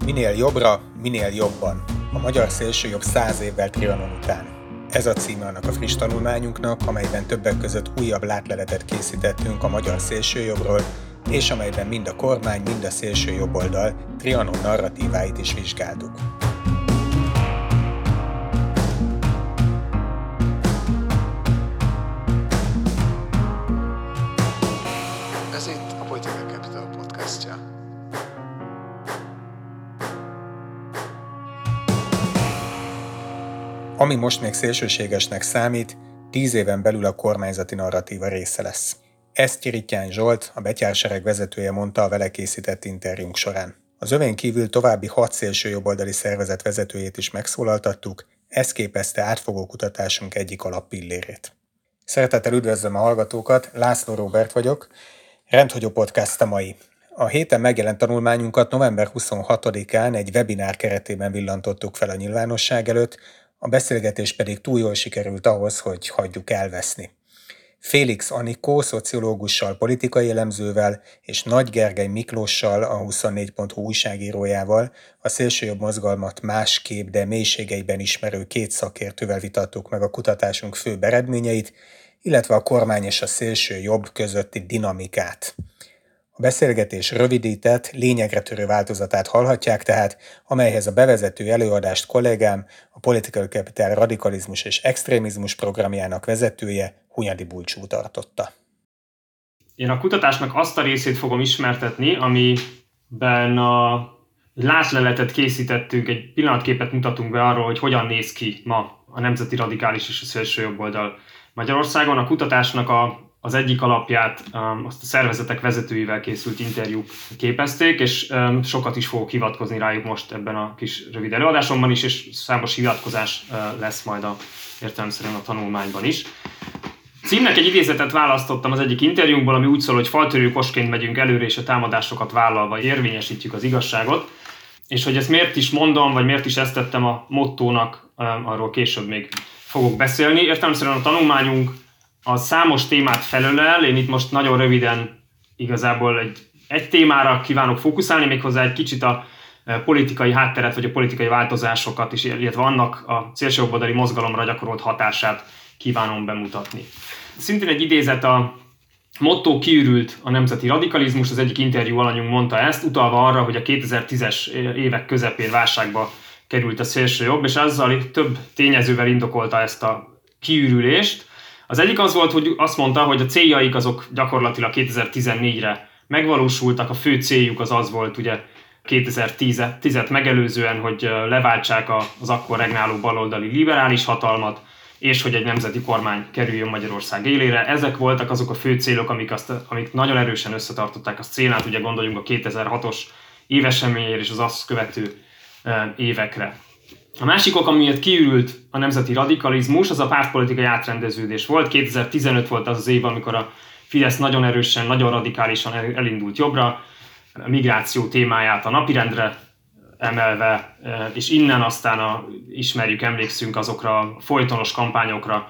Minél jobbra, minél jobban. A magyar szélsőjobb 100 évvel Trianon után. Ez a címe annak a friss tanulmányunknak, amelyben többek között újabb látleletet készítettünk a magyar szélsőjobbról, és amelyben mind a kormány, mind a szélsőjobboldal Trianon narratíváit is vizsgáltuk. Ez itt a Political Capital podcastja. Ami most még szélsőségesnek számít, 10 éven belül a kormányzati narratíva része lesz. Ezt Kirityán Zsolt, a betyársereg vezetője mondta a vele készített interjúnk során. Az övén kívül további 6 szélsőjobboldali szervezet vezetőjét is megszólaltattuk, ez képezte átfogó kutatásunk egyik alappillérét. Szeretettel üdvözlöm a hallgatókat, László Róbert vagyok, rendhagyó podcast a mai. A héten megjelent tanulmányunkat november 26-án egy webinár keretében villantottuk fel a nyilvánosság előtt, a beszélgetés pedig túl jól sikerült ahhoz, hogy hagyjuk elveszni. Félix Anikó, szociológussal, politikai elemzővel, és Nagy Gergely Miklóssal, a 24.hu újságírójával, a szélsőjobb mozgalmat másképp, de mélységeiben ismerő 2 szakértővel vitattuk meg a kutatásunk főbb eredményeit, illetve a kormány és a szélsőjobb közötti dinamikát. A beszélgetés rövidített, lényegre törő változatát hallhatják tehát, amelyhez a bevezető előadást kollégám, a Political Capital radikalizmus és extrémizmus programjának vezetője, Hunyadi Bulcsú tartotta. Én a kutatásnak azt a részét fogom ismertetni, amiben a látleletet készítettünk, egy pillanatképet mutatunk be arról, hogy hogyan néz ki ma a nemzeti radikális és a szélsőjobboldal Magyarországon. A kutatásnak az egyik alapját azt a szervezetek vezetőivel készült interjúk képezték, és sokat is fogok hivatkozni rájuk most ebben a kis rövid előadásomban is, és számos hivatkozás lesz majd értelemszerűen a tanulmányban is. Címnek egy idézetet választottam az egyik interjúnkból, ami úgy szól, hogy faltörő kosként megyünk előre, és a támadásokat vállalva érvényesítjük az igazságot. És hogy ezt miért is mondom, vagy miért is ezt tettem a mottónak, arról később még fogok beszélni. Értelemszerűen a tanulmányunk a számos témát felölel, én itt most nagyon röviden igazából egy témára kívánok fókuszálni, méghozzá egy kicsit a politikai hátteret, vagy a politikai változásokat is, illetve annak a szélsőjobboldali mozgalomra gyakorolt hatását kívánom bemutatni. Szintén egy idézet, a motto kiürült a nemzeti radikalizmus, az egyik interjú alanyunk mondta ezt, utalva arra, hogy a 2010-es évek közepén válságba került a szélsőjobb, és azzal több tényezővel indokolta ezt a kiürülést. Az egyik az volt, hogy azt mondta, hogy a céljaik azok gyakorlatilag 2014-re megvalósultak, a fő céljuk az volt ugye 2010-et megelőzően, hogy leváltsák az akkor regnáló baloldali liberális hatalmat, és hogy egy nemzeti kormány kerüljön Magyarország élére. Ezek voltak azok a fő célok, amik nagyon erősen összetartották a szcénát, ugye gondoljunk a 2006-os éveseményére és az azt követő évekre. A másik ok, amiért kiürült a nemzeti radikalizmus, az a pártpolitikai átrendeződés volt. 2015 volt az év, amikor a Fidesz nagyon erősen, nagyon radikálisan elindult jobbra, a migráció témáját a napirendre emelve, és innen aztán ismerjük, emlékszünk azokra a folytonos kampányokra,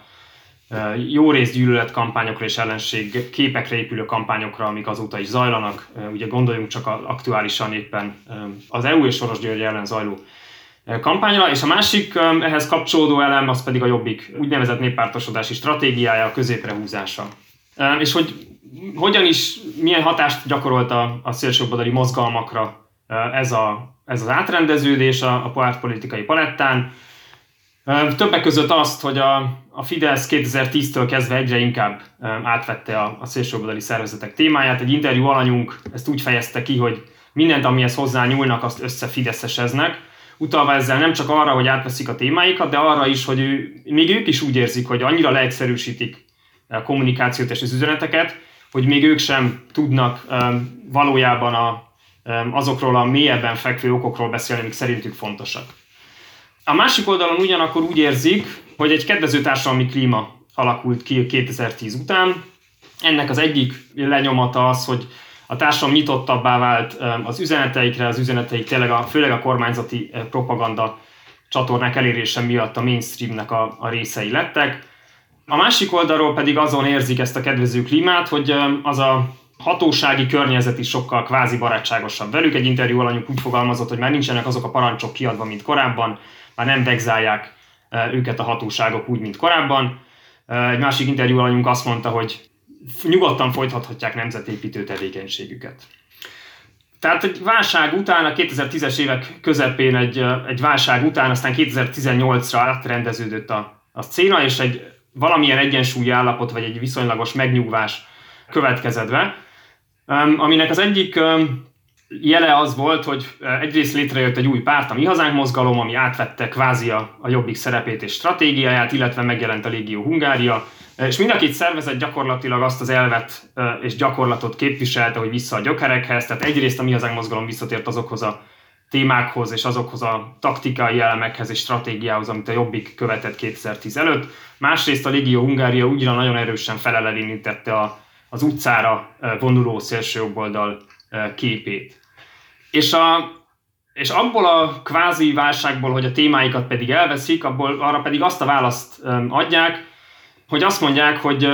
jó részt gyűlöletkampányokra és ellenség képekre épülő kampányokra, amik azóta is zajlanak. Ugye gondoljunk csak aktuálisan éppen az EU és Soros György ellen zajló kampányra, és a másik ehhez kapcsolódó elem az pedig a Jobbik úgynevezett néppártosodási stratégiája, a középre húzása. És hogy hogyan is, milyen hatást gyakorolt a szélsőjobboldali mozgalmakra ez az átrendeződés a pártpolitikai palettán. Többek között azt, hogy a Fidesz 2010-től kezdve egyre inkább átvette a szélsőjobboldali szervezetek témáját. Egy interjú alanyunk ezt úgy fejezte ki, hogy mindent, amihez hozzá nyúlnak, azt összefideszeseznek, utalva ezzel nem csak arra, hogy átveszik a témáikat, de arra is, hogy még ők is úgy érzik, hogy annyira leegyszerűsítik a kommunikációt és az üzeneteket, hogy még ők sem tudnak valójában azokról a mélyebben fekvő okokról beszélni, amik szerintük fontosak. A másik oldalon ugyanakkor úgy érzik, hogy egy kedvező társadalmi klíma alakult ki 2010 után. Ennek az egyik lenyomata az, hogy a társadalom nyitottabbá vált az üzeneteikre, az üzeneteik tényleg főleg a kormányzati propaganda csatornák elérése miatt a mainstreamnek a részei lettek. A másik oldalról pedig azon érzik ezt a kedvező klímát, hogy az a hatósági környezet is sokkal kvázi barátságosabb velük. Egy interjú alanyuk úgy fogalmazott, hogy már nincsenek azok a parancsok kiadva, mint korábban, már nem vegzálják őket a hatóságok úgy, mint korábban. Egy másik interjú alanyunk azt mondta, hogy nyugodtan folytathatják nemzetépítő tevékenységüket. Tehát egy válság után, a 2010-es évek közepén egy válság után, aztán 2018-ra átrendeződött a szcéna, és egy valamilyen egyensúlyi állapot, vagy egy viszonylagos megnyugvás következett be, aminek az egyik jele az volt, hogy egyrészt létrejött egy új párt, a Mi Hazánk mozgalom, ami átvette kvázi a Jobbik szerepét és stratégiáját, illetve megjelent a Légió Hungária, és mind a két szervezet gyakorlatilag azt az elvet és gyakorlatot képviselte, hogy vissza a gyökerekhez, tehát egyrészt a Mi Hazánk mozgalom visszatért azokhoz a témákhoz és azokhoz a taktikai elemekhez és stratégiához, amit a Jobbik követett 2010 előtt. Másrészt a Légió Hungária újra nagyon erősen felelevenítette az utcára vonuló szélsőjobboldal képét. És abból a kvázi válságból, hogy a témáikat pedig elveszik, arra pedig azt a választ adják, hogy azt mondják, hogy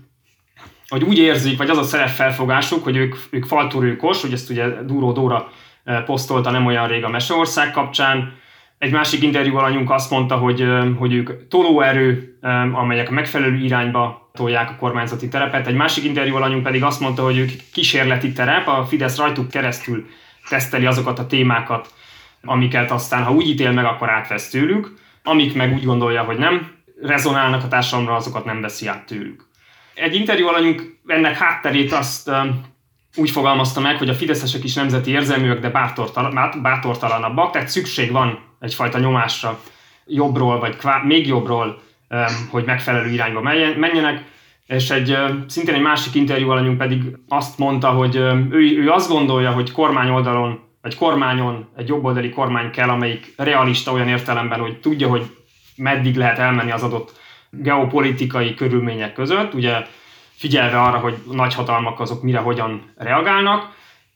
úgy érzik, vagy az a szerepfelfogásuk, hogy ők faltúrőkos, hogy ezt ugye Dúró Dóra posztolta nem olyan rég a Meseország kapcsán. Egy másik interjú alanyunk azt mondta, hogy ők tolóerő, amelyek a megfelelő irányba tolják a kormányzati terepet. Egy másik interjú alanyunk pedig azt mondta, hogy ők kísérleti terep, a Fidesz rajtuk keresztül teszteli azokat a témákat, amiket aztán, ha úgy ítél meg, akkor átvesz tőlük, amik meg úgy gondolja, hogy nem rezonálnak a társadalomra, azokat nem veszi át tőlük. Egy interjú alanyunk ennek hátterét azt úgy fogalmazta meg, hogy a fideszesek is nemzeti érzelműek, de bátortalanabbak, tehát szükség van egyfajta nyomásra jobbról, vagy még jobbról, hogy megfelelő irányba menjenek. És szintén egy másik interjú alanyunk pedig azt mondta, hogy ő azt gondolja, hogy kormányoldalon, vagy kormányon egy jobboldali kormány kell, amelyik realista olyan értelemben, hogy tudja, hogy meddig lehet elmenni az adott geopolitikai körülmények között, ugye figyelve arra, hogy nagyhatalmak azok mire, hogyan reagálnak,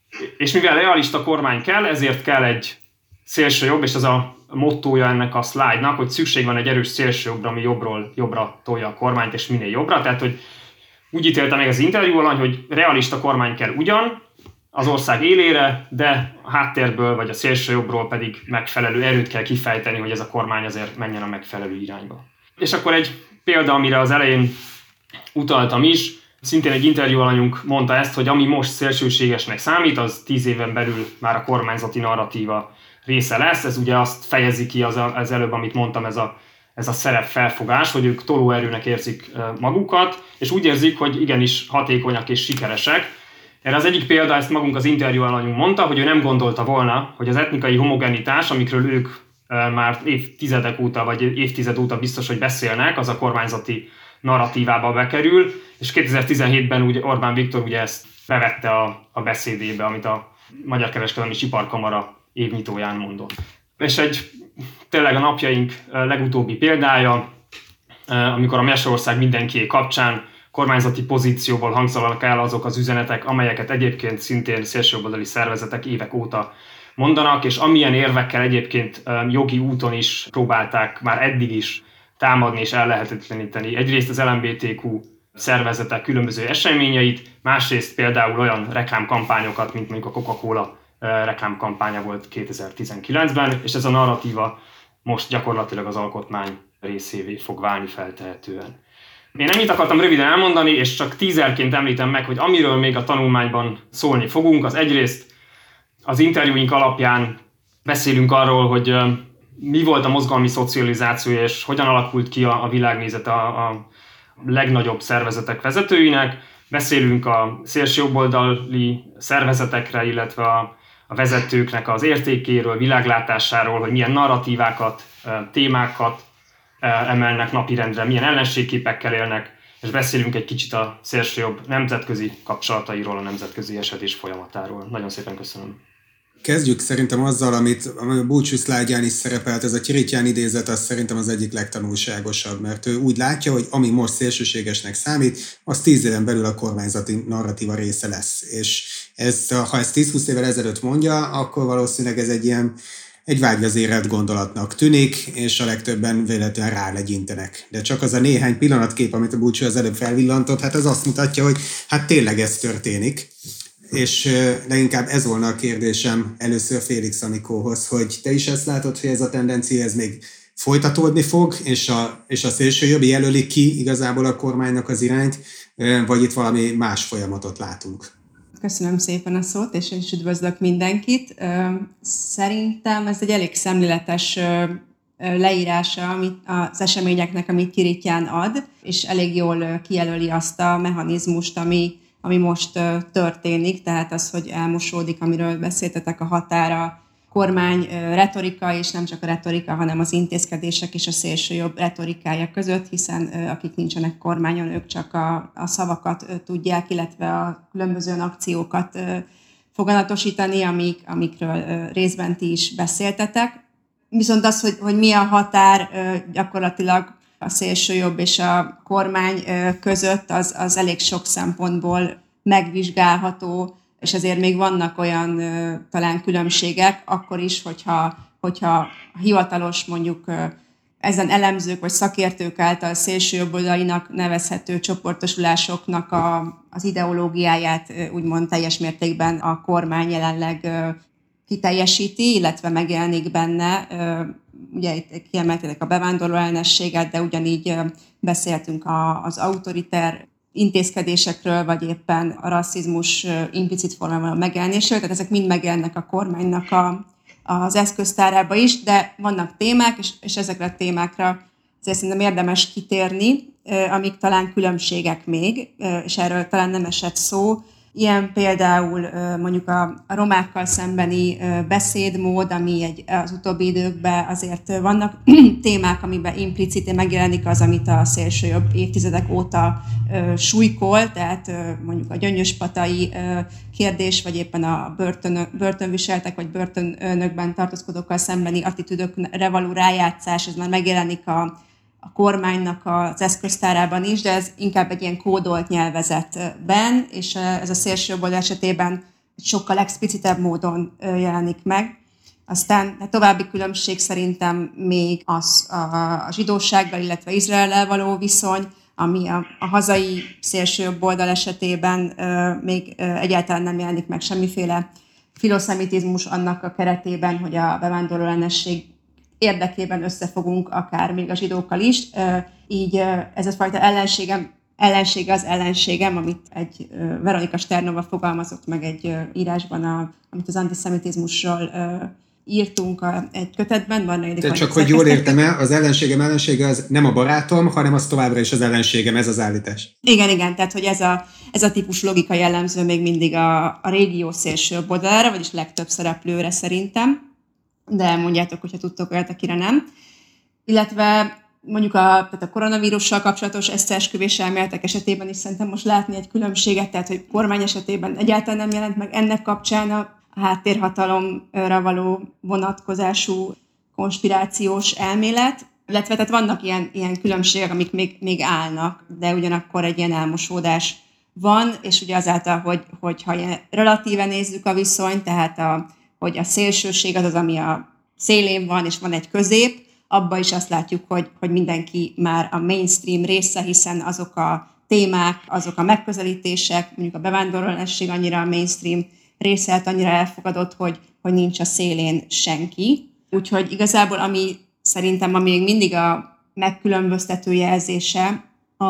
és mivel realista kormány kell, ezért kell egy szélsőjobb, és ez a mottója ennek a szlájdnak, hogy szükség van egy erős szélsőjobbra, ami jobbról jobbra tolja a kormányt, és minél jobbra, tehát hogy úgy ítélte meg az interjú alany, hogy realista kormány kell ugyan az ország élére, de a háttérből vagy a szélsőjobbról pedig megfelelő erőt kell kifejteni, hogy ez a kormány azért menjen a megfelelő irányba. És akkor egy példa, amire az elején utaltam is, szintén egy interjú alanyunk mondta ezt, hogy ami most szélsőségesnek számít, az 10 éven belül már a kormányzati narratíva része lesz. Ez ugye azt fejezi ki az előbb, amit mondtam, ez a szerepfelfogás, hogy ők tolóerőnek érzik magukat, és úgy érzik, hogy igenis hatékonyak és sikeresek. Erre az egyik példa, ezt magunk az interjú alanyunk mondta, hogy ő nem gondolta volna, hogy az etnikai homogenitás, amikről ők már évtizedek óta, vagy évtized óta biztos, hogy beszélnek, az a kormányzati narratívába bekerül, és 2017-ben ugye Orbán Viktor ugye ezt bevette a beszédébe, amit a Magyar Kereskedelmi és Iparkamara évnyitóján mondott. És tényleg a napjaink legutóbbi példája, amikor a Meseország mindenkié kapcsán kormányzati pozícióból hangzanak el azok az üzenetek, amelyeket egyébként szintén szélsőjobboldali szervezetek évek óta mondanak, és amilyen érvekkel egyébként jogi úton is próbálták már eddig is támadni és ellehetetleníteni egyrészt az LMBTQ szervezetek különböző eseményeit, másrészt például olyan reklámkampányokat, mint mondjuk a Coca-Cola reklámkampánya volt 2019-ben, és ez a narratíva most gyakorlatilag az alkotmány részévé fog válni feltehetően. Én ennyit akartam röviden elmondani, és csak tízerként említem meg, hogy amiről még a tanulmányban szólni fogunk, az egyrészt az interjúink alapján beszélünk arról, hogy mi volt a mozgalmi szocializáció, és hogyan alakult ki a világnézet a legnagyobb szervezetek vezetőinek. Beszélünk a szélsőjobboldali szervezetekre, illetve a vezetőknek az értékéről, világlátásáról, hogy milyen narratívákat, témákat emelnek napirendre, milyen ellenségképekkel élnek, és beszélünk egy kicsit a szélsőjobb nemzetközi kapcsolatairól, a nemzetközi esedés folyamatáról. Nagyon szépen köszönöm. Kezdjük szerintem azzal, ami a búcsú szlájdján is szerepelt, ez a Kirityán idézet, az szerintem az egyik legtanulságosabb, mert ő úgy látja, hogy ami most szélsőségesnek számít, az 10 éven belül a kormányzati narratíva része lesz. És ha ezt 10-20 évvel ezelőtt mondja, akkor valószínűleg ez egy vágyvezérelt gondolatnak tűnik, és a legtöbben véletlenül rálegyintenek. De csak az a néhány pillanatkép, amit a búcsú az előbb felvillantott, hát az azt mutatja, hogy hát tényleg ez történik. de inkább ez volna a kérdésem először Félix Anikóhoz, hogy te is ezt látod, hogy ez a tendencia, ez még folytatódni fog, és a szélsőjobb jelöli ki igazából a kormánynak az irányt, vagy itt valami más folyamatot látunk? Köszönöm szépen a szót, és én is üdvözlök mindenkit. Szerintem ez egy elég szemléletes leírása az eseményeknek, amit Kirityán ad, és elég jól kijelöli azt a mechanizmust, ami most történik, tehát az, hogy elmosódik, amiről beszéltetek, a határa, kormány retorika, és nem csak a retorika, hanem az intézkedések és a szélsőjobb retorikája között, hiszen akik nincsenek kormányon, ők csak a szavakat tudják, illetve a különböző akciókat foganatosítani, amikről részben ti is beszéltetek. Viszont az, hogy mi a határ gyakorlatilag a szélsőjobb és a kormány között, az elég sok szempontból megvizsgálható, és ezért még vannak olyan talán különbségek, akkor is, hogyha hivatalos mondjuk ezen elemzők vagy szakértők által szélsőjobboldalinak nevezhető csoportosulásoknak az ideológiáját úgymond teljes mértékben a kormány jelenleg kiteljesíti, illetve megjelenik benne. Ugye itt kiemeltétek a bevándorló ellenességet, de ugyanígy beszéltünk az autoriter intézkedésekről, vagy éppen a rasszizmus implicit formában a megjelenéséről, tehát ezek mind megjelennek a kormánynak az eszköztárába is, de vannak témák, és ezekre a témákra azért szerintem érdemes kitérni, amik talán különbségek még, és erről talán nem esett szó. Ilyen például mondjuk a romákkal szembeni beszédmód, ami az utóbbi időkben azért vannak témák, amiben implicite megjelenik az, amit a szélsőjobb évtizedek óta súlykol, tehát mondjuk a gyöngyöspatai kérdés, vagy éppen a börtönviseltek, vagy börtönökben tartózkodókkal szembeni attitűdökre való rájátszás, ez már megjelenik a kormánynak az eszköztárában is, de ez inkább egy ilyen kódolt nyelvezetben, és ez a szélsőjobb esetében sokkal explicitebb módon jelenik meg. Aztán a további különbség szerintem még a zsidósággal, illetve Izraellel való viszony, ami a hazai szélsőjobb oldal esetében még egyáltalán nem jelenik meg semmiféle filoszemitizmus annak a keretében, hogy a bevándorló ellenesség érdekében összefogunk akár még a zsidókkal is. Így ez a fajta ellensége az ellenségem, amit egy Veronika Sternova fogalmazott meg egy írásban, amit az antiszemitizmusról írtunk egy kötetben. Tehát csak, hogy jól értem-e, az ellensége az nem a barátom, hanem az továbbra is az ellenségem, ez az állítás. Igen, tehát hogy ez a típus logika jellemző még mindig a régió szélsőbb oldalára, vagyis legtöbb szereplőre szerintem, de mondjátok, hogyha tudtok olyat, akire nem. Illetve mondjuk tehát a koronavírussal kapcsolatos összeesküvés elméletek esetében is szerintem most látni egy különbséget, tehát hogy kormány esetében egyáltalán nem jelent meg ennek kapcsán a háttérhatalomra való vonatkozású konspirációs elmélet, illetve tehát vannak ilyen különbségek, amik még állnak, de ugyanakkor egy ilyen elmosódás van, és ugye azáltal, hogyha relatíven nézzük a viszonyt, tehát hogy a szélsőség az, ami a szélén van, és van egy közép, abban is azt látjuk, hogy mindenki már a mainstream része, hiszen azok a témák, azok a megközelítések, mondjuk a bevándorló ellenesség annyira a mainstream része, annyira elfogadott, hogy nincs a szélén senki. Úgyhogy igazából ami még mindig a megkülönböztető jelzése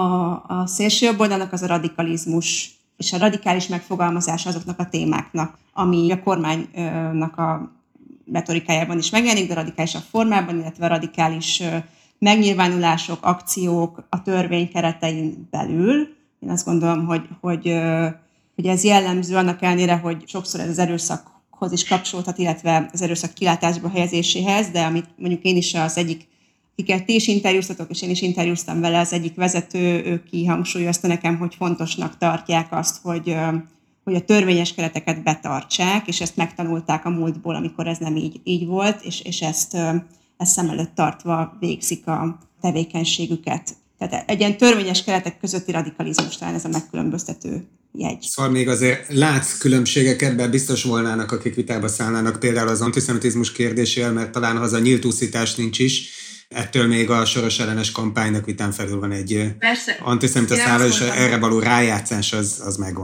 a szélsőjobb oldalnak, az a radikalizmus, és a radikális megfogalmazás azoknak a témáknak, ami a kormánynak a retorikájában is megjelenik, de radikálisabb formában, illetve radikális megnyilvánulások, akciók a törvény keretein belül. Én azt gondolom, hogy ez jellemző annak ellenére, hogy sokszor ez az erőszakhoz is kapcsolódhat, illetve az erőszak kilátásba helyezéséhez, de amit mondjuk én is az egyik, akiket ti is interjúztatok, és én is interjúztam vele, az egyik vezető, ő kihangsúlyozta nekem, hogy fontosnak tartják azt, hogy a törvényes kereteket betartsák, és ezt megtanulták a múltból, amikor ez nem így volt, és ezt szem előtt tartva végzik a tevékenységüket. Tehát egy ilyen törvényes keretek közötti radikalizmus, talán ez a megkülönböztető jegy. Szóval még azért látsz különbségeket, de biztos volnának, akik vitába szállnának például az antiszemitizmus kérdésével, mert talán haza nyílt úszítás nincs is, ettől még a Soros ellenes kampánynak vitán felül van egy antiszemita szála, és erre való rájátszás az megvan.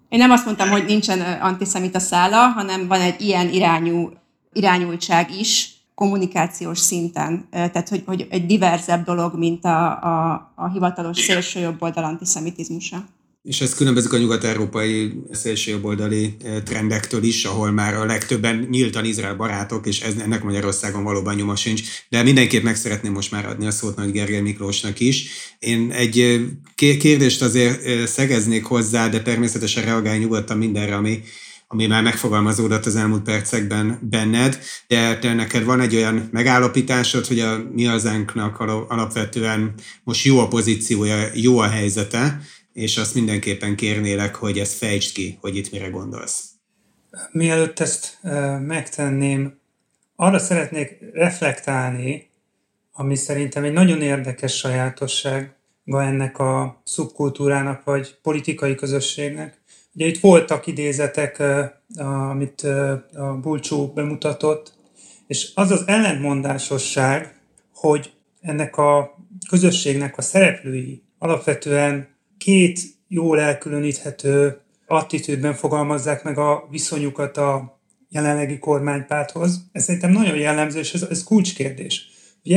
Én nem azt mondtam, hogy nincsen antiszemita szála, hanem van egy ilyen irányultság is kommunikációs szinten. Tehát, hogy egy diverzebb dolog, mint a hivatalos szélsőjobboldal antiszemitizmusa. És ez különbözik a nyugat-európai szélsőjobboldali trendektől is, ahol már a legtöbben nyíltan Izrael barátok, és ennek Magyarországon valóban nyoma sincs. De mindenképp meg szeretném most már adni a szót Nagy Gergely Miklósnak is. Én egy kérdést azért szegeznék hozzá, de természetesen reagálj nyugodtan mindenre, ami már megfogalmazódott az elmúlt percekben benned, de te neked van egy olyan megállapításod, hogy a Mi Hazánknak alapvetően most jó a pozíciója, jó a helyzete, és azt mindenképpen kérnélek, hogy ezt fejtsd ki, hogy itt mire gondolsz. Mielőtt ezt megtenném, arra szeretnék reflektálni, ami szerintem egy nagyon érdekes sajátossága ennek a szubkultúrának, vagy politikai közösségnek. Ugye itt voltak idézetek, amit a Bulcsú bemutatott, és az az ellentmondásosság, hogy ennek a közösségnek a szereplői alapvetően két jól elkülöníthető attitűdben fogalmazzák meg a viszonyukat a jelenlegi kormánypárthoz. Ez szerintem nagyon jellemző, és ez kulcskérdés. Ugye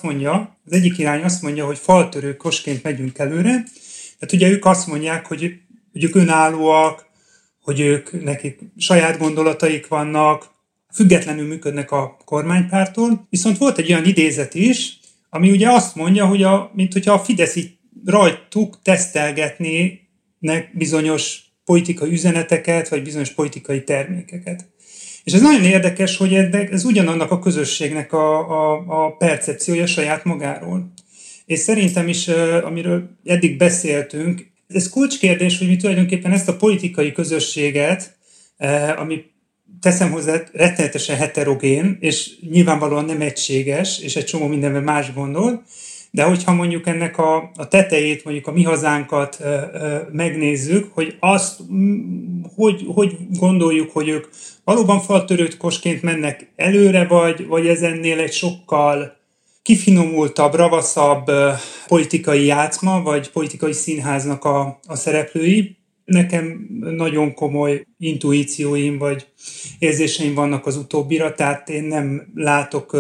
az egyik irány azt mondja, hogy faltörőkosként megyünk előre, tehát ugye ők azt mondják, hogy ők önállóak, hogy nekik saját gondolataik vannak, függetlenül működnek a kormánypártól. Viszont volt egy olyan idézet is, ami ugye azt mondja, hogy mint hogyha a Fidesz így rajtuk tesztelgetnének bizonyos politikai üzeneteket, vagy bizonyos politikai termékeket. És ez nagyon érdekes, hogy ez ugyanannak a közösségnek a percepciója saját magáról. És szerintem is, amiről eddig beszéltünk, ez kulcskérdés, hogy mi tulajdonképpen ezt a politikai közösséget, ami teszem hozzá rettenetesen heterogén, és nyilvánvalóan nem egységes, és egy csomó mindenben más gondol, de hogyha mondjuk ennek a tetejét, mondjuk a Mi Hazánkat megnézzük, hogy azt, hogy gondoljuk, hogy ők valóban faltörőkosként mennek előre, vagy ez ennél egy sokkal kifinomultabb, ravaszabb politikai játszma, vagy politikai színháznak a szereplői. Nekem nagyon komoly intuícióim, vagy érzéseim vannak az utóbbira, tehát én nem látok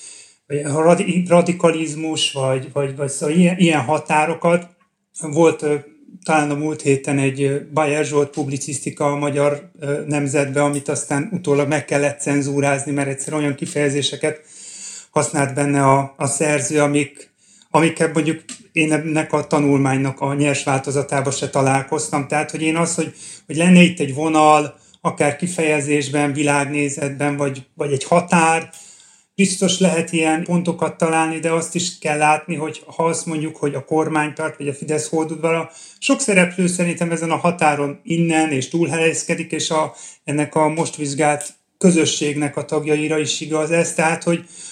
radikalizmus, vagy szóval ilyen határokat. Volt talán a múlt héten egy Bayer Zsolt publicisztika a Magyar Nemzetbe, amit aztán utólag meg kellett cenzúrázni, mert egyszer olyan kifejezéseket használt benne a szerző, amikkel mondjuk én ennek a tanulmánynak a nyers változatába se találkoztam. Tehát, hogy én az, hogy lenne itt egy vonal, akár kifejezésben, világnézetben, vagy egy határ, biztos lehet ilyen pontokat találni, de azt is kell látni, hogy ha azt mondjuk, hogy a kormánypárt vagy a Fidesz holdudvara, sok szereplő szerintem ezen a határon innen és túlhelyezkedik, és ennek a most vizsgált közösségnek a tagjaira is igaz ez, tehát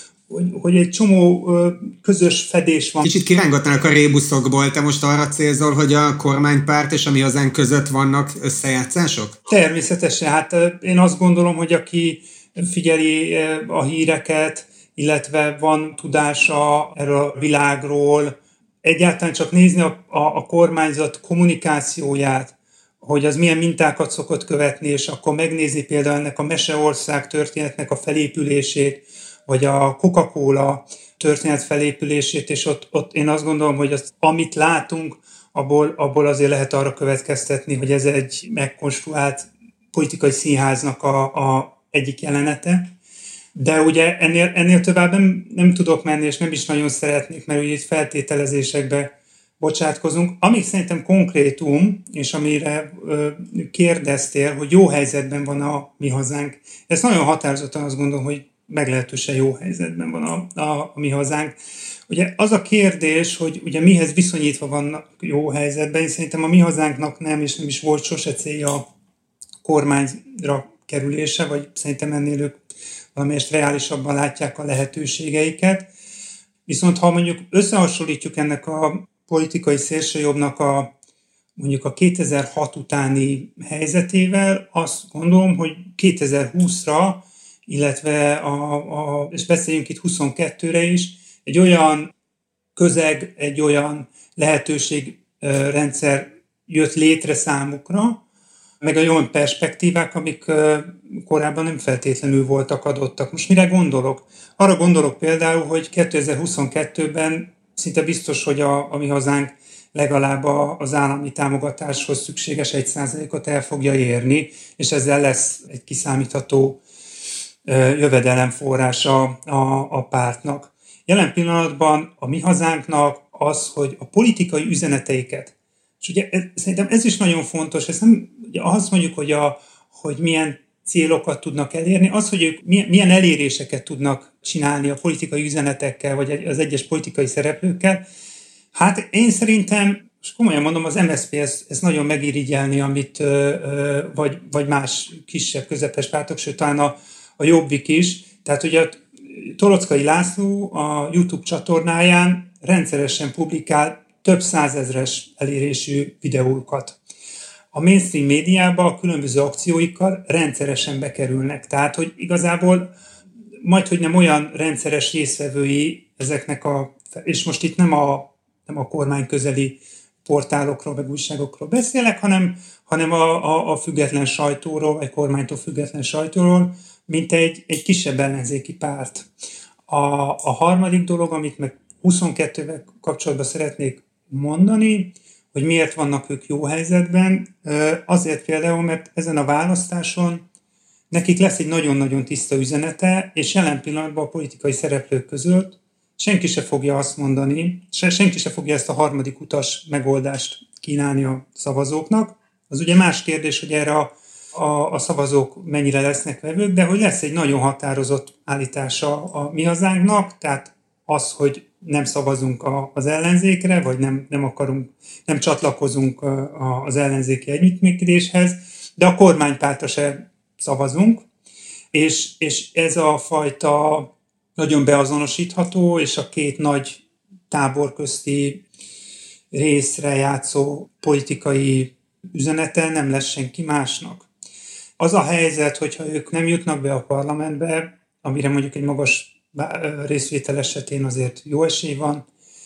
hogy egy csomó közös fedés van. Kicsit kirángatnának a rébuszokból, te most arra célzol, hogy a kormánypárt és a Mi Hazánk között vannak összejátszások? Természetesen, hát én azt gondolom, hogy aki figyeli a híreket, illetve van tudása erről a világról, egyáltalán csak nézni a kormányzat kommunikációját, hogy az milyen mintákat szokott követni, és akkor megnézni például ennek a Meseország történetnek a felépülését, vagy a Coca-Cola történet felépülését, és ott én azt gondolom, hogy amit látunk, abból azért lehet arra következtetni, hogy ez egy megkonstruált politikai színháznak a egyik jelenete. De ugye ennél tovább nem tudok menni, és nem is nagyon szeretnék, mert ugye itt feltételezésekbe bocsátkozunk. Amíg szerintem konkrétum, és amire kérdeztél, hogy jó helyzetben van a Mi Hazánk, ezt nagyon határozottan azt gondolom, hogy meglehetősen jó helyzetben van a Mi Hazánk. Ugye az a kérdés, hogy ugye mihez viszonyítva vannak jó helyzetben, én szerintem a Mi Hazánknak nem is volt sose célja a kormányra kerülése, vagy szerintem ennél ők valamelyest reálisabban látják a lehetőségeiket. Viszont ha mondjuk összehasonlítjuk ennek a politikai szélsőjobbnak mondjuk a 2006 utáni helyzetével, azt gondolom, hogy 2020-ra, illetve és beszéljünk itt 22-re is, egy olyan közeg, egy olyan lehetőségrendszer jött létre számukra, meg a olyan perspektívák, amik korábban nem feltétlenül voltak adottak. Most mire gondolok? Arra gondolok például, hogy 2022-ben szinte biztos, hogy a mi hazánk legalább az állami támogatáshoz szükséges 1%-ot el fogja érni, és ezzel lesz egy kiszámítható jövedelemforrás a pártnak. Jelen pillanatban a mi hazánknak az, hogy a politikai üzeneteiket, és ugye szerintem ez is nagyon fontos, ez nem ugye azt mondjuk, hogy milyen célokat tudnak elérni, az, hogy ők milyen eléréseket tudnak csinálni a politikai üzenetekkel, vagy az egyes politikai szereplőkkel. Hát én szerintem, és komolyan mondom, az MSZP ezt nagyon megirigyelni, amit, vagy más kisebb, közepes pártok, sőt talán a Jobbik is. Tehát ugye Tolockai László a YouTube csatornáján rendszeresen publikál több százezres elérésű videókat. A mainstream médiában a különböző akcióikkal rendszeresen bekerülnek. Tehát, hogy igazából majdhogy nem olyan rendszeres részvevői ezeknek és most itt nem a kormány közeli portálokról, vagy újságokról beszélek, hanem a független sajtóról, vagy kormánytól független sajtóról, mint egy kisebb ellenzéki párt. A harmadik dolog, amit meg 22-vel kapcsolatban szeretnék mondani, hogy miért vannak ők jó helyzetben, azért például, mert ezen a választáson nekik lesz egy nagyon-nagyon tiszta üzenete, és jelen pillanatban a politikai szereplők között senki se fogja azt mondani, senki se fogja ezt a harmadik utas megoldást kínálni a szavazóknak. Az ugye más kérdés, hogy erre a szavazók mennyire lesznek vevők, de hogy lesz egy nagyon határozott állítása a mi hazánknak, tehát az, hogy nem szavazunk az ellenzékre, vagy nem csatlakozunk az ellenzéki együttműködéshez, de a kormánypártra se szavazunk, és ez a fajta nagyon beazonosítható, és a két nagy tábor közti részre játszó politikai üzenete nem lesz senki másnak. Az a helyzet, hogyha ők nem jutnak be a parlamentbe, amire mondjuk egy magas részvétel esetén azért jó esély van,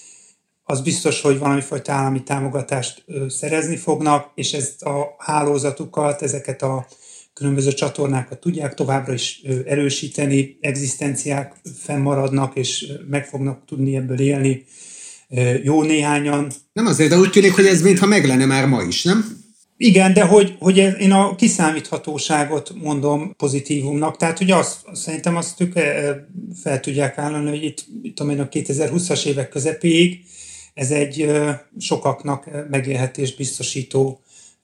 az biztos, hogy valamifajta állami támogatást szerezni fognak, és ezt a hálózatukat, ezeket a különböző csatornákat tudják továbbra is erősíteni, egzisztenciák fennmaradnak, és meg fognak tudni ebből élni jó néhányan. Nem azért, de úgy tűnik, hogy ez mintha meg lenne már ma is, nem? Igen, de hogy én a kiszámíthatóságot mondom pozitívumnak, tehát hogy szerintem azt ők fel tudják állani, hogy itt a 2020-as évek közepéig ez egy sokaknak megélhetést biztosító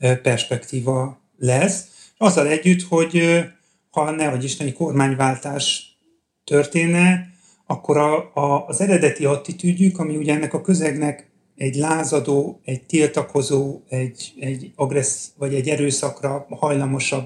perspektíva lesz. Azzal együtt, hogy ha nehogy isteni kormányváltás történne, akkor az eredeti attitűdjük, ami ugye ennek a közegnek egy lázadó, egy tiltakozó, egy vagy egy erőszakra hajlamosabb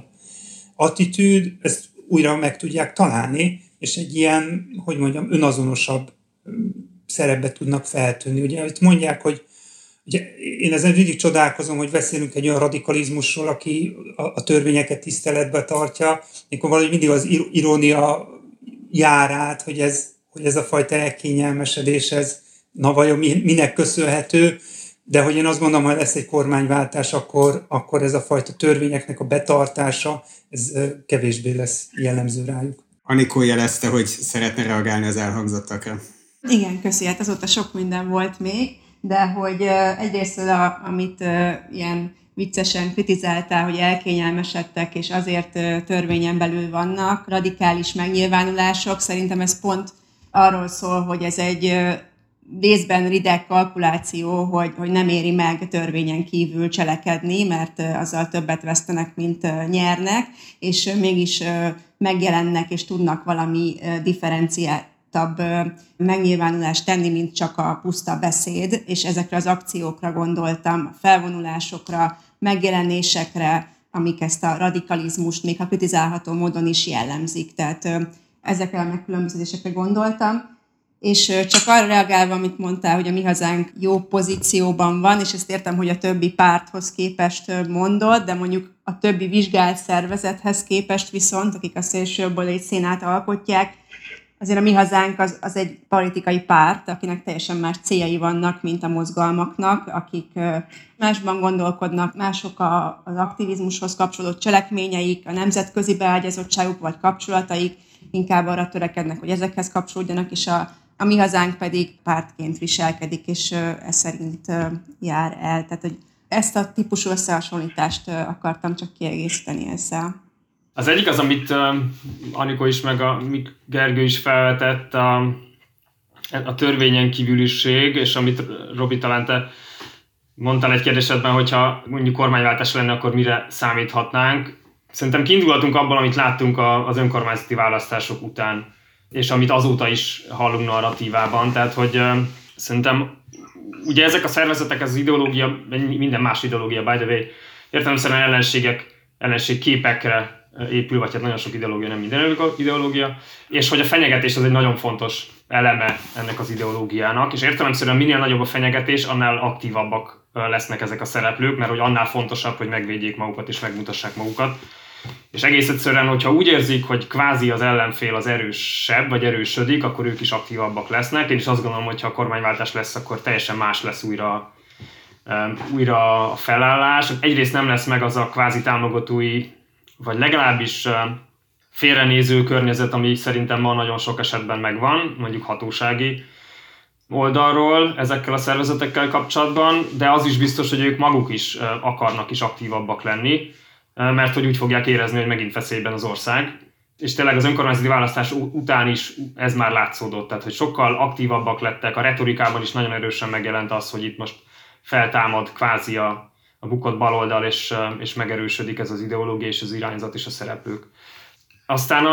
attitűd, ezt újra meg tudják találni, és egy ilyen, hogy mondjam, önazonosabb szerepbe tudnak feltűnni. Ugye itt mondják, hogy ugye, én ezen mindig csodálkozom, hogy beszélünk egy olyan radikalizmusról, aki a törvényeket tiszteletbe tartja, mikor valahogy mindig az irónia jár át, hogy ez a fajta elkényelmesedés, ez na vajon minek köszönhető, de hogy én azt gondolom, hogy lesz egy kormányváltás, akkor ez a fajta törvényeknek a betartása, ez kevésbé lesz jellemző rájuk. Anikó jelezte, hogy szeretne reagálni az elhangzottakra. Igen, köszi, hát azóta sok minden volt még, de hogy egyrészt amit ilyen viccesen kritizáltál, hogy elkényelmesedtek, és azért törvényen belül vannak radikális megnyilvánulások, szerintem ez pont arról szól, hogy ez egy részben rideg kalkuláció, hogy nem éri meg törvényen kívül cselekedni, mert azzal többet vesztenek, mint nyernek, és mégis megjelennek és tudnak valami differenciáltabb megnyilvánulást tenni, mint csak a puszta beszéd, és ezekre az akciókra gondoltam, a felvonulásokra, megjelenésekre, amik ezt a radikalizmust még ha kritizálható módon is jellemzik. Tehát ezekre a megkülönböztetésekre gondoltam. És csak arra reagálva, amit mondtál, hogy a mi hazánk jó pozícióban van, és ezt értem, hogy a többi párthoz képest mondod, de mondjuk a többi vizsgált szervezethez képest viszont, akik a szélsőjobbból egy színát alkotják, azért a Mi Hazánk az egy politikai párt, akinek teljesen más céljai vannak, mint a mozgalmaknak, akik másban gondolkodnak, mások az aktivizmushoz kapcsolódó cselekményeik, a nemzetközi beágyazottságuk vagy kapcsolataik, inkább arra törekednek, hogy ezekhez kapcsolódjanak, és a Mi Hazánk pedig pártként viselkedik, és ez szerint jár el. Tehát, hogy ezt a típusú összehasonlítást akartam csak kiegészíteni ezzel. Az egyik az, amit Anikó is, meg Gergő is felvetett, a törvényen kívüliség, és amit Robi, talán te mondtál egy kérdésedben, hogyha mondjuk kormányváltás lenne, akkor mire számíthatnánk. Szerintem kiindulhatunk abból, amit láttunk az önkormányzati választások után, és amit azóta is hallunk narratívában. Tehát, hogy szerintem ugye ezek a szervezetek, ez az ideológia, minden más ideológia, by the way, értelemszerűen ellenségképekre épül, vagy hát nagyon sok ideológia, nem minden ideológia, és hogy a fenyegetés az egy nagyon fontos eleme ennek az ideológiának, és értelemszerűen minél nagyobb a fenyegetés, annál aktívabbak lesznek ezek a szereplők, mert hogy annál fontosabb, hogy megvédjék magukat és megmutassák magukat. És egész egyszerűen, hogyha úgy érzik, hogy kvázi az ellenfél az erősebb, vagy erősödik, akkor ők is aktívabbak lesznek. Én is azt gondolom, hogy ha a kormányváltás lesz, akkor teljesen más lesz újra a felállás. Egyrészt nem lesz meg az a kvázi támogatói, vagy legalábbis félrenéző környezet, ami szerintem ma nagyon sok esetben megvan, mondjuk hatósági oldalról ezekkel a szervezetekkel kapcsolatban, de az is biztos, hogy ők maguk is akarnak is aktívabbak lenni, mert hogy úgy fogják érezni, hogy megint veszélyben az ország. És tényleg az önkormányzati választás után is ez már látszódott, tehát hogy sokkal aktívabbak lettek, a retorikában is nagyon erősen megjelent az, hogy itt most feltámad kvázi a bukott baloldal, és megerősödik ez az ideológia és az irányzat és a szereplők. Aztán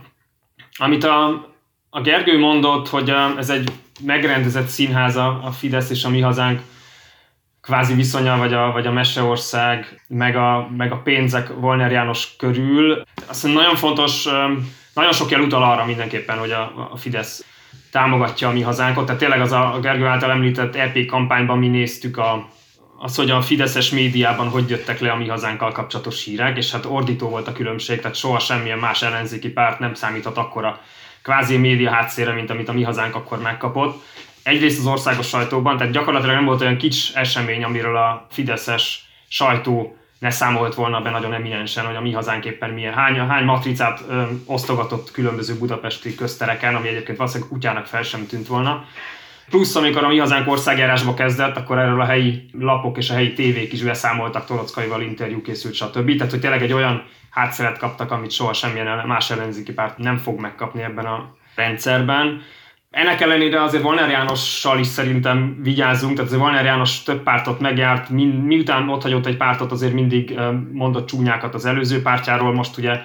amit a Gergő mondott, hogy ez egy megrendezett színház a Fidesz és a Mi Hazánk kvázi viszonya, vagy a Meseország, meg a pénzek Volner János körül. Azt nagyon fontos, nagyon sok jel utal arra mindenképpen, hogy a Fidesz támogatja a Mi Hazánkot. Tehát tényleg az a Gergő által említett EP kampányban mi néztük az, hogy a fideszes médiában hogy jöttek le a Mi Hazánkkal kapcsolatos hírek, és hát ordító volt a különbség, tehát soha semmilyen más ellenzéki párt nem számíthat akkora kvázi média hátszére, mint amit a Mi Hazánk akkor megkapott. Egyrészt az országos sajtóban, tehát gyakorlatilag nem volt olyan kicsi esemény, amiről a fideszes sajtó ne számolt volna be nagyon eminensen, hogy a Mi Hazánk éppen milyen, hány matricát osztogatott különböző budapesti köztereken, ami egyébként valószínűleg kutyának fel sem tűnt volna. Plusz, amikor a Mi Hazánk országjárásba kezdett, akkor erről a helyi lapok és a helyi tévék is beszámoltak, Torockaival interjú készült, stb. Tehát, hogy tényleg egy olyan hátszeret kaptak, amit soha semmilyen más ellenzéki párt nem fog megkapni ebben a rendszerben. Ennek ellenére azért Volner Jánossal is szerintem vigyázzunk, tehát azért Volner János több pártot megjárt, miután otthagyott egy pártot, azért mindig mondott csúnyákat az előző pártjáról. Most ugye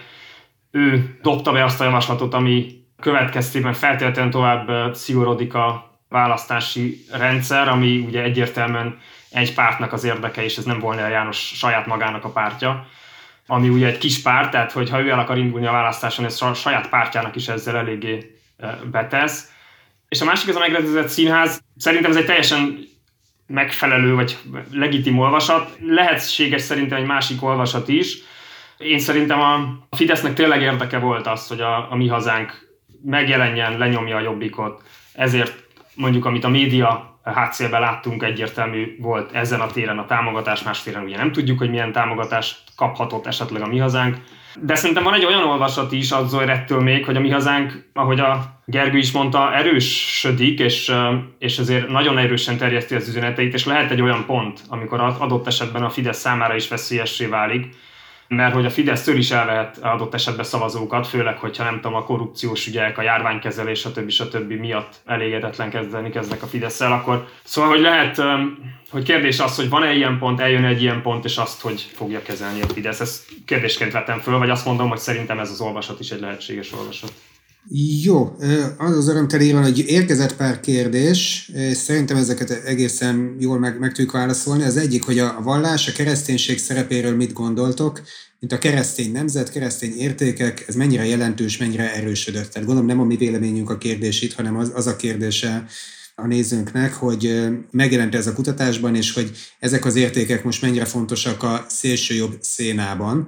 ő dobta be azt a javaslatot, ami következtében feltétlenül tovább szigorodik a választási rendszer, ami ugye egyértelműen egy pártnak az érdeke, és ez nem Volner János saját magának a pártja, ami ugye egy kis párt, tehát hogyha ő el akar indulni a választáson, ez a saját pártjának is ezzel eléggé betesz. És a másik az a megrendezett színház, szerintem ez egy teljesen megfelelő vagy legitim olvasat, lehetséges szerintem egy másik olvasat is. Én szerintem a Fidesznek tényleg érdeke volt az, hogy a Mi Hazánk megjelenjen, lenyomja a Jobbikot, ezért mondjuk, amit a média hátszélben láttunk, egyértelmű volt ezen a téren a támogatás, más téren ugye nem tudjuk, hogy milyen támogatást kaphatott esetleg a Mi Hazánk. De szerintem van egy olyan olvasat is azzal ettől még, hogy a Mi Hazánk, ahogy a Gergő is mondta, erősödik, és azért nagyon erősen terjeszti az üzeneteit, és lehet egy olyan pont, amikor adott esetben a Fidesz számára is veszélyessé válik, mert hogy a Fidesztől is elvehet adott esetben szavazókat, főleg, hogyha nem tudom, a korrupciós ügyek, a járványkezelés, stb. Miatt kezdenek a Fidesszel, akkor szóval, hogy lehet, hogy kérdés az, hogy van-e ilyen pont, eljön egy ilyen pont, és azt, hogy fogja kezelni a Fidesz. Ezt kérdésként vettem föl, vagy azt mondom, hogy szerintem ez az olvasat is egy lehetséges olvasat. Jó, az örömteli van, hogy érkezett pár kérdés, és szerintem ezeket egészen jól meg tudjuk válaszolni. Az egyik, hogy a vallás, a kereszténység szerepéről mit gondoltok, mint a keresztény nemzet, keresztény értékek, ez mennyire jelentős, mennyire erősödött. Tehát gondolom nem a mi véleményünk a kérdés itt, hanem az a kérdése a nézőnknek, hogy megjelent ez a kutatásban, és hogy ezek az értékek most mennyire fontosak a szélsőjobb szénában.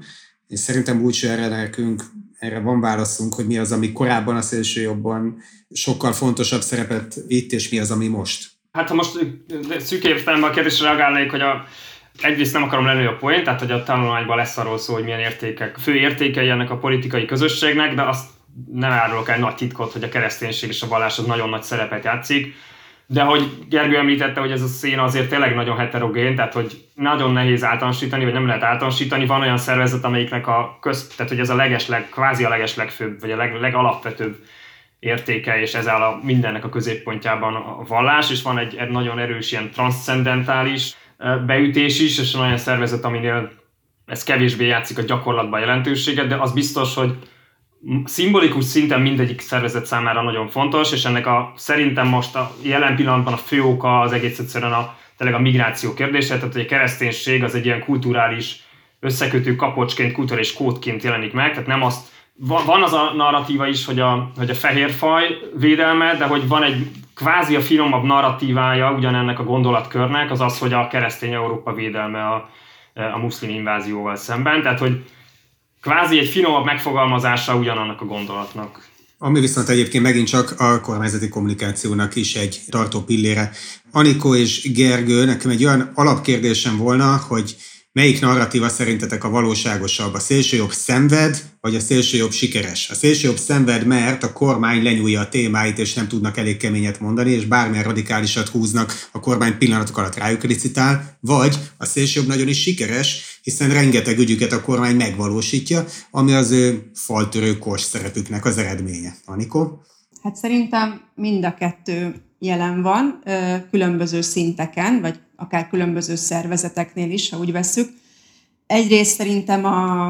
És szerintem úgy erre nekünk, erre van válaszunk, hogy mi az, ami korábban a szélsőjobban sokkal fontosabb szerepet vitt, és mi az, ami most. Hát ha most szűk értelemben a kérdésre reagálnék, hogy egyrészt nem akarom lenni a poén, tehát hogy a tanulmányban lesz arról szó, hogy milyen értékek, fő értékei ennek a politikai közösségnek, de azt nem árulok el nagy titkot, hogy a kereszténység és a vallás az nagyon nagy szerepet játszik. De hogy Gergő említette, hogy ez a széna azért tényleg nagyon heterogén, tehát hogy nagyon nehéz általánosítani, vagy nem lehet általánosítani. Van olyan szervezet, amelyiknek tehát hogy ez a kvázi a legeslegfőbb, vagy a legalapvetőbb értéke, és ez áll mindennek a középpontjában a vallás, és van egy nagyon erős ilyen transzcendentális beütés is, és olyan szervezet, aminél ez kevésbé játszik a gyakorlatban jelentőséget, de az biztos, hogy szimbolikus szinten mindegyik szervezet számára nagyon fontos, és ennek szerintem most a jelen pillanatban a fő oka az egész egyszerűen tényleg a migráció kérdése, tehát hogy a kereszténység az egy ilyen kulturális összekötő kapocsként, kulturális kódként jelenik meg, tehát nem azt, van az a narratíva is, hogy a fehér faj védelme, de hogy van egy kvázi a finomabb narratívája ugyanennek a gondolatkörnek, az az, hogy a keresztény Európa védelme a muszlim invázióval szemben, tehát hogy kvázi egy finomabb megfogalmazása ugyanannak a gondolatnak. Ami viszont egyébként megint csak a kormányzati kommunikációnak is egy tartó pillére. Anikó és Gergő, nekem egy olyan alapkérdésem volna, hogy melyik narratíva szerintetek a valóságosabb? A szélsőjobb szenved, vagy a szélsőjobb sikeres? A szélsőjobb szenved, mert a kormány lenyúlja a témáit, és nem tudnak elég keményet mondani, és bármilyen radikálisat húznak, a kormány pillanatok alatt rájuk licitál, vagy a szélsőjobb nagyon is sikeres, hiszen rengeteg ügyüket a kormány megvalósítja, ami az ő faltörő kors szerepüknek az eredménye. Anikó? Hát szerintem mind a kettő jelen van, különböző szinteken, vagy akár különböző szervezeteknél is, ha úgy vesszük. Egyrészt szerintem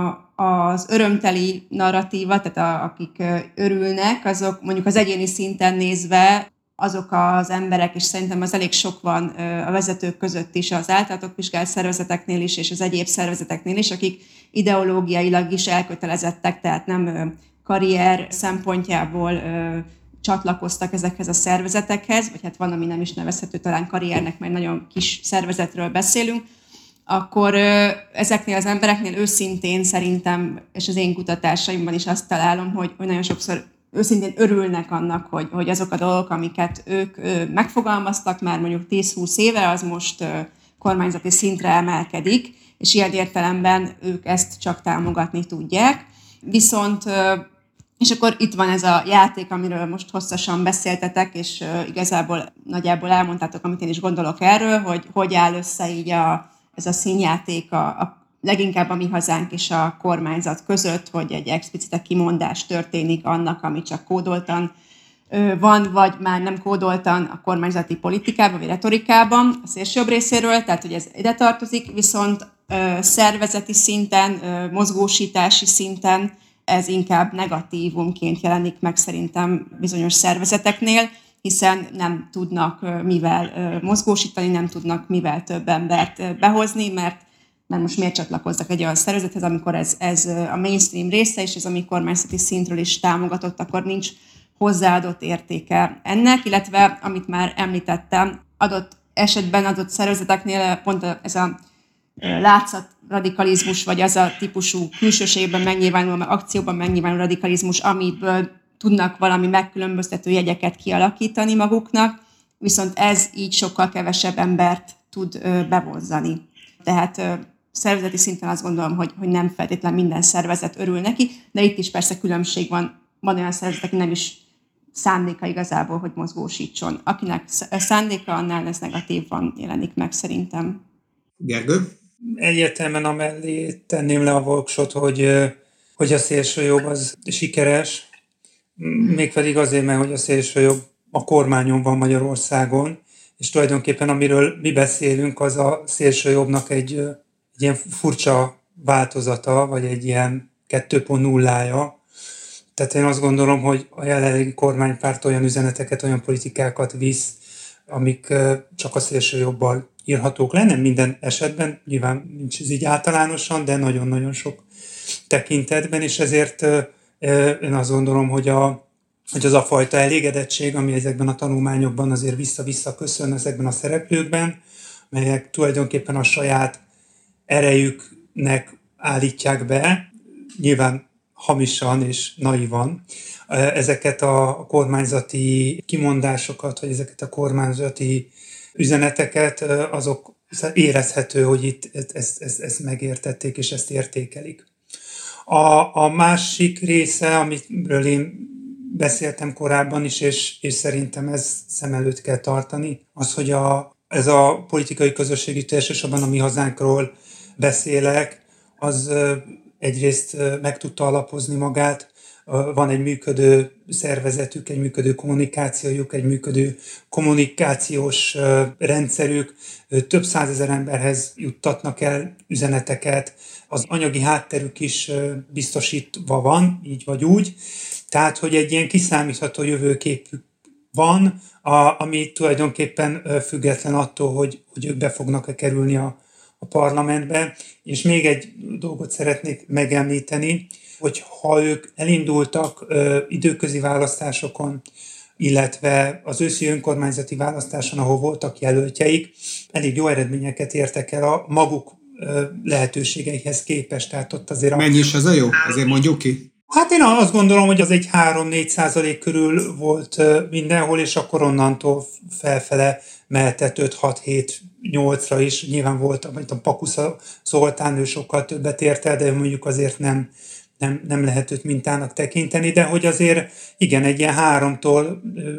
az örömteli narratíva, tehát akik örülnek, azok mondjuk az egyéni szinten nézve azok az emberek, és szerintem az elég sok van a vezetők között is, az általatok vizsgált szervezeteknél is, és az egyéb szervezeteknél is, akik ideológiailag is elkötelezettek, tehát nem karrier szempontjából csatlakoztak ezekhez a szervezetekhez, vagy hát van, ami nem is nevezhető talán karriernek, mert nagyon kis szervezetről beszélünk, akkor ezeknél az embereknél őszintén szerintem, és az én kutatásaimban is azt találom, hogy nagyon sokszor őszintén örülnek annak, hogy azok a dolgok, amiket ők megfogalmaztak már mondjuk 10-20 éve, az most kormányzati szintre emelkedik, és ilyen értelemben ők ezt csak támogatni tudják. Viszont és akkor itt van ez a játék, amiről most hosszasan beszéltetek, és igazából nagyjából elmondtátok, amit én is gondolok erről, hogy áll össze így ez a színjáték leginkább a mi hazánk és a kormányzat között, hogy egy explicite kimondás történik annak, ami csak kódoltan van, vagy már nem kódoltan a kormányzati politikában, vagy retorikában a szélsőjobb részéről, tehát hogy ez ide tartozik, viszont szervezeti szinten, mozgósítási szinten ez inkább negatívumként jelenik meg szerintem bizonyos szervezeteknél, hiszen nem tudnak mivel mozgósítani, nem tudnak mivel több embert behozni, mert most miért csatlakozzak egy olyan szervezethez, amikor ez a mainstream része, és ez a mi kormányzati szintről is támogatott, akkor nincs hozzáadott értéke ennek, illetve amit már említettem, adott esetben adott szervezeteknél pont ez a látszat radikalizmus, vagy az a típusú külsőségben megnyilvánuló, akcióban megnyilvánuló radikalizmus, amiből tudnak valami megkülönböztető jegyeket kialakítani maguknak, viszont ez így sokkal kevesebb embert tud bevonzani. Tehát szervezeti szinten azt gondolom, hogy nem feltétlenül minden szervezet örül neki, de itt is persze különbség van. Van olyan szervezet, aki nem is szándéka igazából, hogy mozgósítson. Akinek szándéka, annál ez negatívan jelenik meg szerintem. Gergő? Egyértelműen amellé tenném le a voksot, hogy a szélsőjobb az sikeres, mégpedig azért, mert hogy a szélsőjobb a kormányon van Magyarországon, és tulajdonképpen amiről mi beszélünk, az a szélsőjobbnak egy ilyen furcsa változata, vagy egy ilyen 2.0-ja. Tehát én azt gondolom, hogy a jelenlegi kormánypárt olyan üzeneteket, olyan politikákat visz, amik csak a szélsőjobbal írhatók le, nem minden esetben, nyilván nincs ez így általánosan, de nagyon-nagyon sok tekintetben, és ezért én azt gondolom, hogy az a fajta elégedettség, ami ezekben a tanulmányokban azért vissza-vissza köszön ezekben a szereplőkben, melyek tulajdonképpen a saját erejüknek állítják be, nyilván hamisan és naivan ezeket a kormányzati kimondásokat, vagy ezeket a kormányzati üzeneteket, azok érezhető, hogy itt ezt megértették, és ezt értékelik. A másik része, amiről én beszéltem korábban is, és szerintem ezt szem előtt kell tartani, az, hogy ez a politikai közösségi elsősorban a Mi Hazánkról beszélek, az egyrészt meg tudta alapozni magát, van egy működő szervezetük, egy működő kommunikációjuk, egy működő kommunikációs rendszerük, több százezer emberhez juttatnak el üzeneteket, az anyagi hátterük is biztosítva van, így vagy úgy, tehát, hogy egy ilyen kiszámítható jövőképük van, ami tulajdonképpen független attól, hogy ők be fognak-e kerülni a parlamentbe. És még egy dolgot szeretnék megemlíteni, hogy ha ők elindultak időközi választásokon, illetve az őszi önkormányzati választáson, ahol voltak jelöltjeik, elég jó eredményeket értek el a maguk lehetőségeihez képest. Tehát ott azért mennyi is az a jó? Azért mondjuk ki. Hát én azt gondolom, hogy az egy 3-4% körül volt mindenhol, és akkor onnantól felfele mehetett 5-6-7-8-ra is. Nyilván volt, mint a Pakusza Zoltán, ő sokkal többet ért el, de mondjuk azért nem lehet őt mintának tekinteni, de hogy azért igen, egy ilyen 3-tól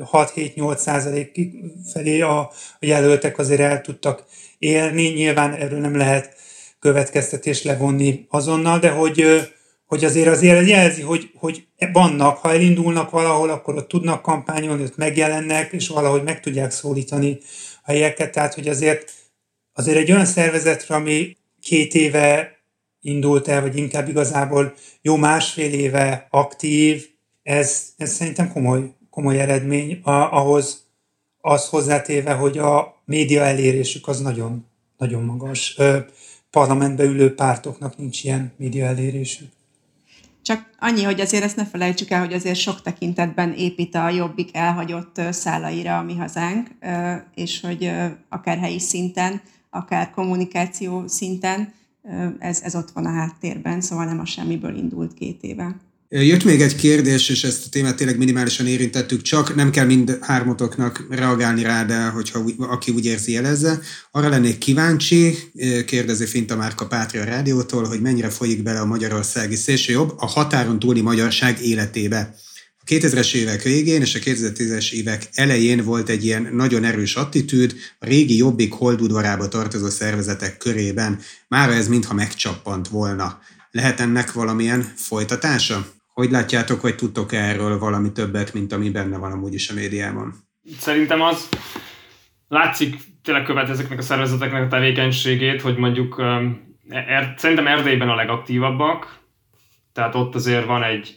6-7-8% felé a jelöltek azért el tudtak élni. Nyilván erről nem lehet következtetést levonni azonnal, de hogy azért jelzi, hogy vannak, ha elindulnak valahol, akkor ott tudnak kampányolni, ott megjelennek, és valahogy meg tudják szólítani a helyeket. Tehát, hogy azért egy olyan szervezetre, ami 2 éve indult el, vagy inkább igazából jó 1,5 éve aktív, ez szerintem komoly eredmény, ahhoz az hozzátéve, hogy a média elérésük az nagyon, nagyon magas. Parlamentbe ülő pártoknak nincs ilyen média elérésük. Csak annyi, hogy azért ezt ne felejtsük el, hogy azért sok tekintetben épít a Jobbik elhagyott szálaira a Mi Hazánk, és hogy akár helyi szinten, akár kommunikáció szinten, ez ott van a háttérben, szóval nem a semmiből indult 2 éve. Jött még egy kérdés, és ezt a témát tényleg minimálisan érintettük, csak nem kell mind hármatoknak reagálni rá, de hogyha aki úgy érzi, jelezze. Arra lennék kíváncsi, kérdezi Finta Márka Pátria Rádiótól, hogy mennyire folyik bele a magyarországi szélsőjobb a határon túli magyarság életébe. A 2000-es évek végén és a 2010-es évek elején volt egy ilyen nagyon erős attitűd a régi Jobbik holdudvarába tartozó szervezetek körében. Mára ez mintha megcsappant volna. Lehet ennek valamilyen folytatása? Hogy látjátok, hogy tudtok erről valami többet, mint ami benne van amúgy is a médiában? Szerintem az látszik, tényleg követ ezeknek a szervezeteknek a tevékenységét, hogy mondjuk szerintem Erdélyben a legaktívabbak, tehát ott azért van egy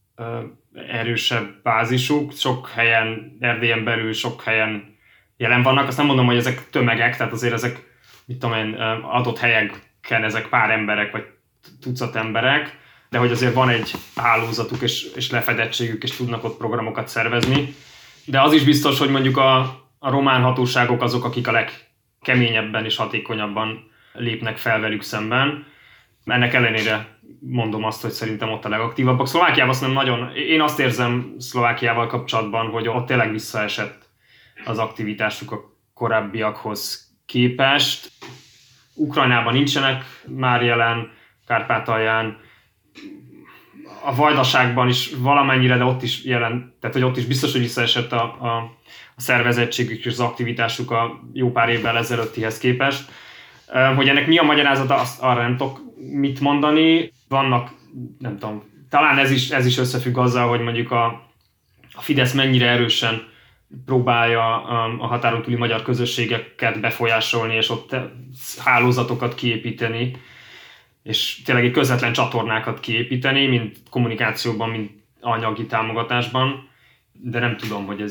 erősebb bázisuk, sok helyen, Erdélyen belül sok helyen jelen vannak. Azt nem mondom, hogy ezek tömegek, tehát azért ezek, mit tudom én, adott helyeken ezek pár emberek, vagy tucat emberek, de hogy azért van egy hálózatuk és lefedettségük, és tudnak ott programokat szervezni. De az is biztos, hogy mondjuk a román hatóságok azok, akik a legkeményebben és hatékonyabban lépnek fel velük szemben. Ennek ellenére mondom azt, hogy szerintem ott a legaktívabbak. Szlovákiában azt nem nagyon, én azt érzem Szlovákiával kapcsolatban, hogy ott tényleg visszaesett az aktivitásuk a korábbiakhoz képest. Ukrajnában nincsenek már jelen, Kárpátalján, a Vajdaságban is valamennyire, de ott is jelen, tehát hogy ott is biztos, hogy visszaesett a szervezettségük és az aktivitásuk a jó pár évvel ezelőttihez képest. Hogy ennek mi a magyarázata, azt arra nem tudok mit mondani. Vannak, nem tudom, talán ez is összefügg azzal, hogy mondjuk a Fidesz mennyire erősen próbálja a határon túli magyar közösségeket befolyásolni, és ott hálózatokat kiépíteni, és tényleg egy közvetlen csatornákat kiépíteni, mint kommunikációban, mint anyagi támogatásban, de nem tudom, hogy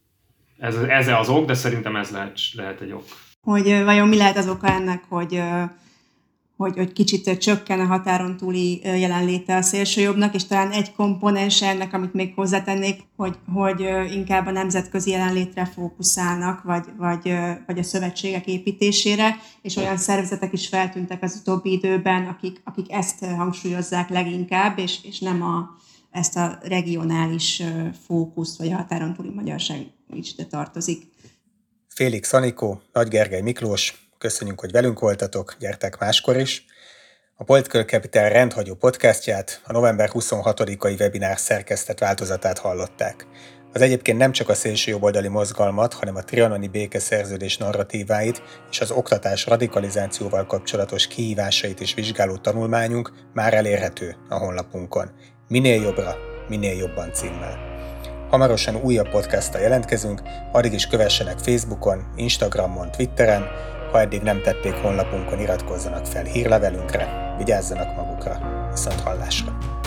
ez az ok, de szerintem ez lehet egy ok. Hogy vajon mi lehet az oka ennek, hogy hogy kicsit csökken a határon túli jelenléte a szélsőjobbnak, és talán egy komponens ennek, amit még hozzátennék, hogy inkább a nemzetközi jelenlétre fókuszálnak, vagy a szövetségek építésére, és olyan szervezetek is feltűntek az utóbbi időben, akik ezt hangsúlyozzák leginkább, és nem ezt a regionális fókuszt, vagy a határon túli magyarság is ide tartozik. Félix Anikó, Nagy Gergely Miklós, köszönjük, hogy velünk voltatok, gyertek máskor is. A Political Capital rendhagyó podcastját, a november 26-ai webinár szerkesztett változatát hallották. Az egyébként nem csak a szélsőjobboldali mozgalmat, hanem a trianoni békeszerződés narratíváit és az oktatás radikalizációval kapcsolatos kihívásait is vizsgáló tanulmányunk már elérhető a honlapunkon. Minél jobbra, minél jobban címmel. Hamarosan újabb podcasttal jelentkezünk, addig is kövessenek Facebookon, Instagramon, Twitteren, ha eddig nem tették, honlapunkon iratkozzanak fel hírlevelünkre, vigyázzanak magukra, viszont hallásra!